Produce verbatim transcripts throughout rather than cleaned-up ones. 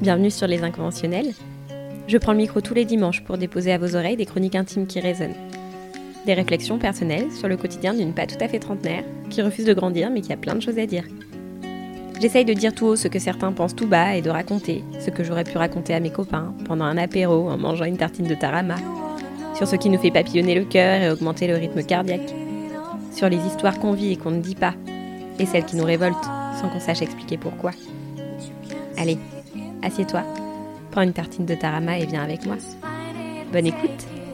Bienvenue sur Les Inconventionnels. Je prends le micro tous les dimanches pour déposer à vos oreilles des chroniques intimes qui résonnent. Des réflexions personnelles sur le quotidien d'une pas tout à fait trentenaire qui refuse de grandir mais qui a plein de choses à dire. J'essaye de dire tout haut ce que certains pensent tout bas et de raconter ce que j'aurais pu raconter à mes copains pendant un apéro en mangeant une tartine de tarama, sur ce qui nous fait papillonner le cœur et augmenter le rythme cardiaque, sur les histoires qu'on vit et qu'on ne dit pas, et celles qui nous révoltent sans qu'on sache expliquer pourquoi. Allez, assieds-toi, prends une tartine de tarama et viens avec moi. Bonne écoute!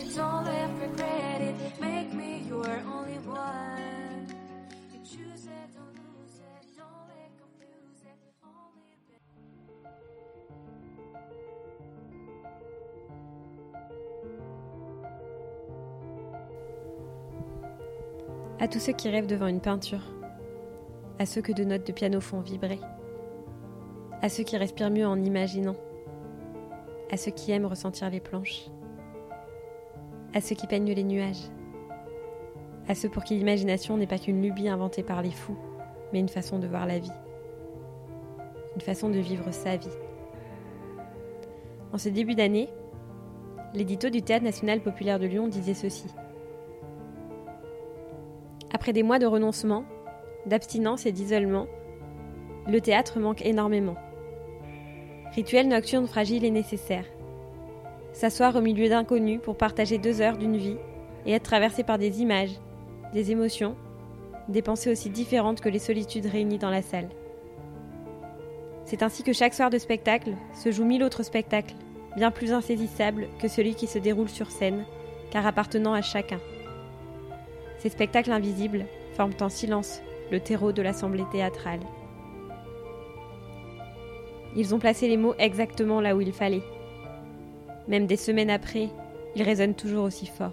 À tous ceux qui rêvent devant une peinture, à ceux que de notes de piano font vibrer, à ceux qui respirent mieux en imaginant, à ceux qui aiment ressentir les planches, à ceux qui peignent les nuages, à ceux pour qui l'imagination n'est pas qu'une lubie inventée par les fous, mais une façon de voir la vie, une façon de vivre sa vie. En ce début d'année, l'édito du Théâtre National Populaire de Lyon disait ceci. Après des mois de renoncement, d'abstinence et d'isolement, le théâtre manque énormément. Rituel nocturne fragile et nécessaire. S'asseoir au milieu d'inconnus pour partager deux heures d'une vie et être traversé par des images, des émotions, des pensées aussi différentes que les solitudes réunies dans la salle. C'est ainsi que chaque soir de spectacle se jouent mille autres spectacles, bien plus insaisissables que celui qui se déroule sur scène, car appartenant à chacun. Ces spectacles invisibles forment en silence le terreau de l'assemblée théâtrale. Ils ont placé les mots exactement là où il fallait. Même des semaines après, ils résonnent toujours aussi fort.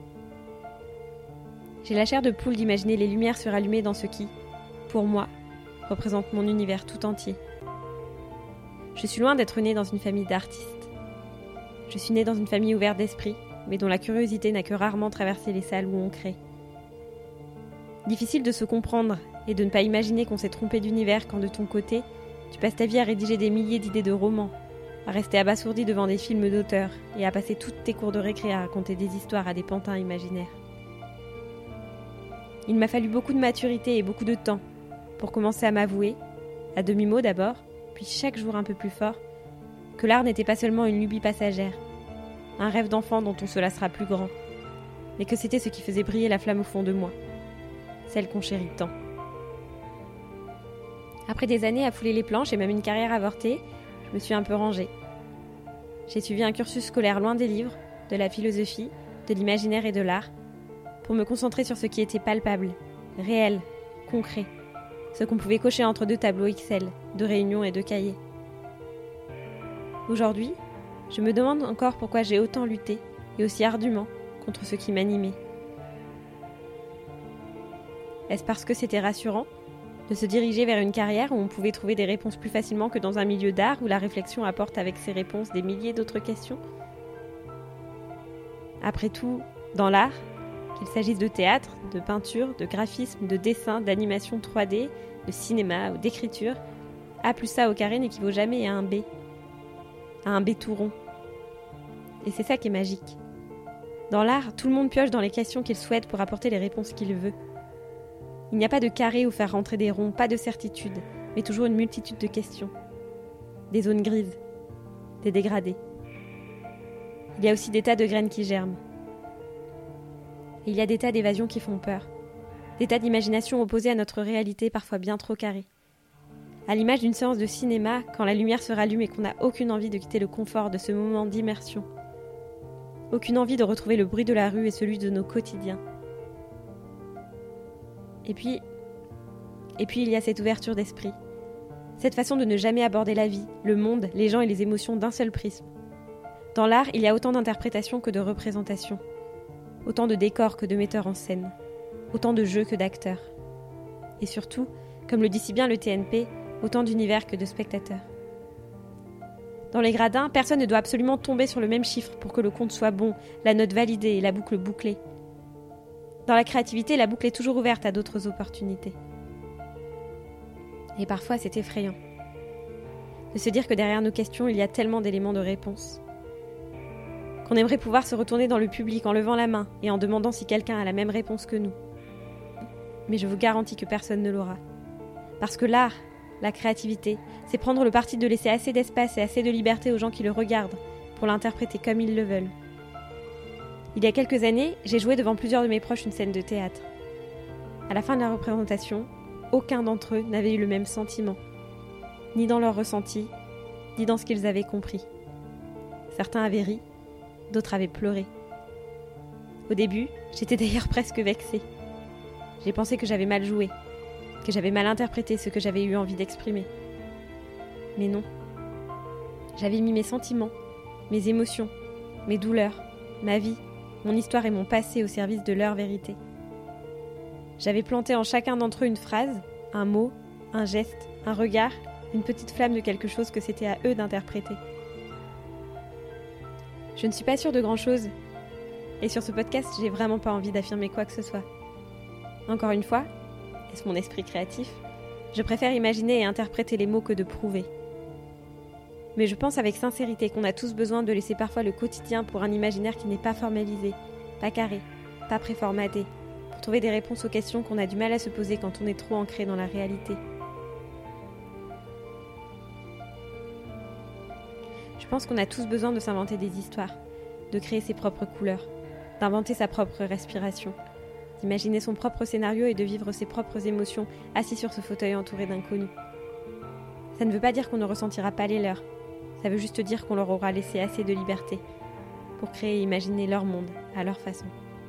J'ai la chair de poule d'imaginer les lumières se rallumer dans ce qui, pour moi, représente mon univers tout entier. Je suis loin d'être née dans une famille d'artistes. Je suis née dans une famille ouverte d'esprit, mais dont la curiosité n'a que rarement traversé les salles où on crée. Difficile de se comprendre et de ne pas imaginer qu'on s'est trompé d'univers quand de ton côté, tu passes ta vie à rédiger des milliers d'idées de romans, à rester abasourdi devant des films d'auteurs et à passer toutes tes cours de récré à raconter des histoires à des pantins imaginaires. Il m'a fallu beaucoup de maturité et beaucoup de temps pour commencer à m'avouer, à demi-mot d'abord, puis chaque jour un peu plus fort, que l'art n'était pas seulement une lubie passagère, un rêve d'enfant dont on se lassera plus grand, mais que c'était ce qui faisait briller la flamme au fond de moi, celle qu'on chérit tant. Après des années à fouler les planches et même une carrière avortée, je me suis un peu rangée. J'ai suivi un cursus scolaire loin des livres, de la philosophie, de l'imaginaire et de l'art, pour me concentrer sur ce qui était palpable, réel, concret, ce qu'on pouvait cocher entre deux tableaux X L, de réunions et de cahiers. Aujourd'hui, je me demande encore pourquoi j'ai autant lutté, et aussi ardument, contre ce qui m'animait. Est-ce parce que c'était rassurant de se diriger vers une carrière où on pouvait trouver des réponses plus facilement que dans un milieu d'art où la réflexion apporte avec ses réponses des milliers d'autres questions ? Après tout, dans l'art, qu'il s'agisse de théâtre, de peinture, de graphisme, de dessin, d'animation trois D, de cinéma ou d'écriture, A plus A au carré n'équivaut jamais à un B, à un B tout rond. Et c'est ça qui est magique. Dans l'art, tout le monde pioche dans les questions qu'il souhaite pour apporter les réponses qu'il veut. Il n'y a pas de carré où faire rentrer des ronds, pas de certitude, mais toujours une multitude de questions. Des zones grises, des dégradés. Il y a aussi des tas de graines qui germent. Et il y a des tas d'évasions qui font peur. Des tas d'imaginations opposées à notre réalité parfois bien trop carrée. À l'image d'une séance de cinéma, quand la lumière se rallume et qu'on n'a aucune envie de quitter le confort de ce moment d'immersion. Aucune envie de retrouver le bruit de la rue et celui de nos quotidiens. Et puis, et puis il y a cette ouverture d'esprit, cette façon de ne jamais aborder la vie, le monde, les gens et les émotions d'un seul prisme. Dans l'art, il y a autant d'interprétations que de représentations, autant de décors que de metteurs en scène, autant de jeux que d'acteurs. Et surtout, comme le dit si bien le T N P, autant d'univers que de spectateurs. Dans les gradins, personne ne doit absolument tomber sur le même chiffre pour que le compte soit bon, la note validée et la boucle bouclée. Dans la créativité, la boucle est toujours ouverte à d'autres opportunités. Et parfois, c'est effrayant. de se dire que derrière nos questions, il y a tellement d'éléments de réponse. Qu'on aimerait pouvoir se retourner dans le public en levant la main et en demandant si quelqu'un a la même réponse que nous. Mais je vous garantis que personne ne l'aura. Parce que l'art, la créativité, c'est prendre le parti de laisser assez d'espace et assez de liberté aux gens qui le regardent pour l'interpréter comme ils le veulent. Il y a quelques années, j'ai joué devant plusieurs de mes proches une scène de théâtre. À la fin de la représentation, aucun d'entre eux n'avait eu le même sentiment, ni dans leur ressenti, ni dans ce qu'ils avaient compris. Certains avaient ri, d'autres avaient pleuré. Au début, j'étais d'ailleurs presque vexée. J'ai pensé que j'avais mal joué, que j'avais mal interprété ce que j'avais eu envie d'exprimer. Mais non. J'avais mis mes sentiments, mes émotions, mes douleurs, ma vie, mon histoire et mon passé au service de leur vérité. J'avais planté en chacun d'entre eux une phrase, un mot, un geste, un regard, une petite flamme de quelque chose que c'était à eux d'interpréter. Je ne suis pas sûre de grand-chose, et sur ce podcast, j'ai vraiment pas envie d'affirmer quoi que ce soit. Encore une fois, est-ce mon esprit créatif ? Je préfère imaginer et interpréter les mots que de prouver. Mais je pense avec sincérité qu'on a tous besoin de laisser parfois le quotidien pour un imaginaire qui n'est pas formalisé, pas carré, pas préformaté, pour trouver des réponses aux questions qu'on a du mal à se poser quand on est trop ancré dans la réalité. Je pense qu'on a tous besoin de s'inventer des histoires, de créer ses propres couleurs, d'inventer sa propre respiration, d'imaginer son propre scénario et de vivre ses propres émotions assis sur ce fauteuil entouré d'inconnus. Ça ne veut pas dire qu'on ne ressentira pas les leurs, ça veut juste dire qu'on leur aura laissé assez de liberté pour créer et imaginer leur monde à leur façon.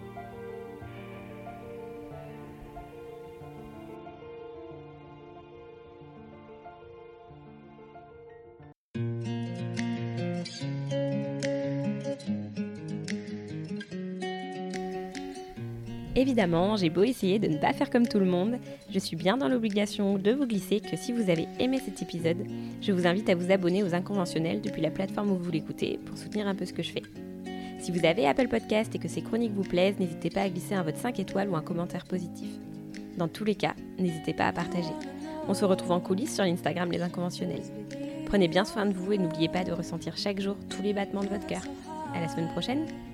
Évidemment, j'ai beau essayer de ne pas faire comme tout le monde, je suis bien dans l'obligation de vous glisser que si vous avez aimé cet épisode, je vous invite à vous abonner aux Inconventionnels depuis la plateforme où vous l'écoutez pour soutenir un peu ce que je fais. Si vous avez Apple Podcast et que ces chroniques vous plaisent, n'hésitez pas à glisser un vote cinq étoiles ou un commentaire positif. Dans tous les cas, n'hésitez pas à partager. On se retrouve en coulisses sur l'Instagram Les Inconventionnels. Prenez bien soin de vous et n'oubliez pas de ressentir chaque jour tous les battements de votre cœur. À la semaine prochaine!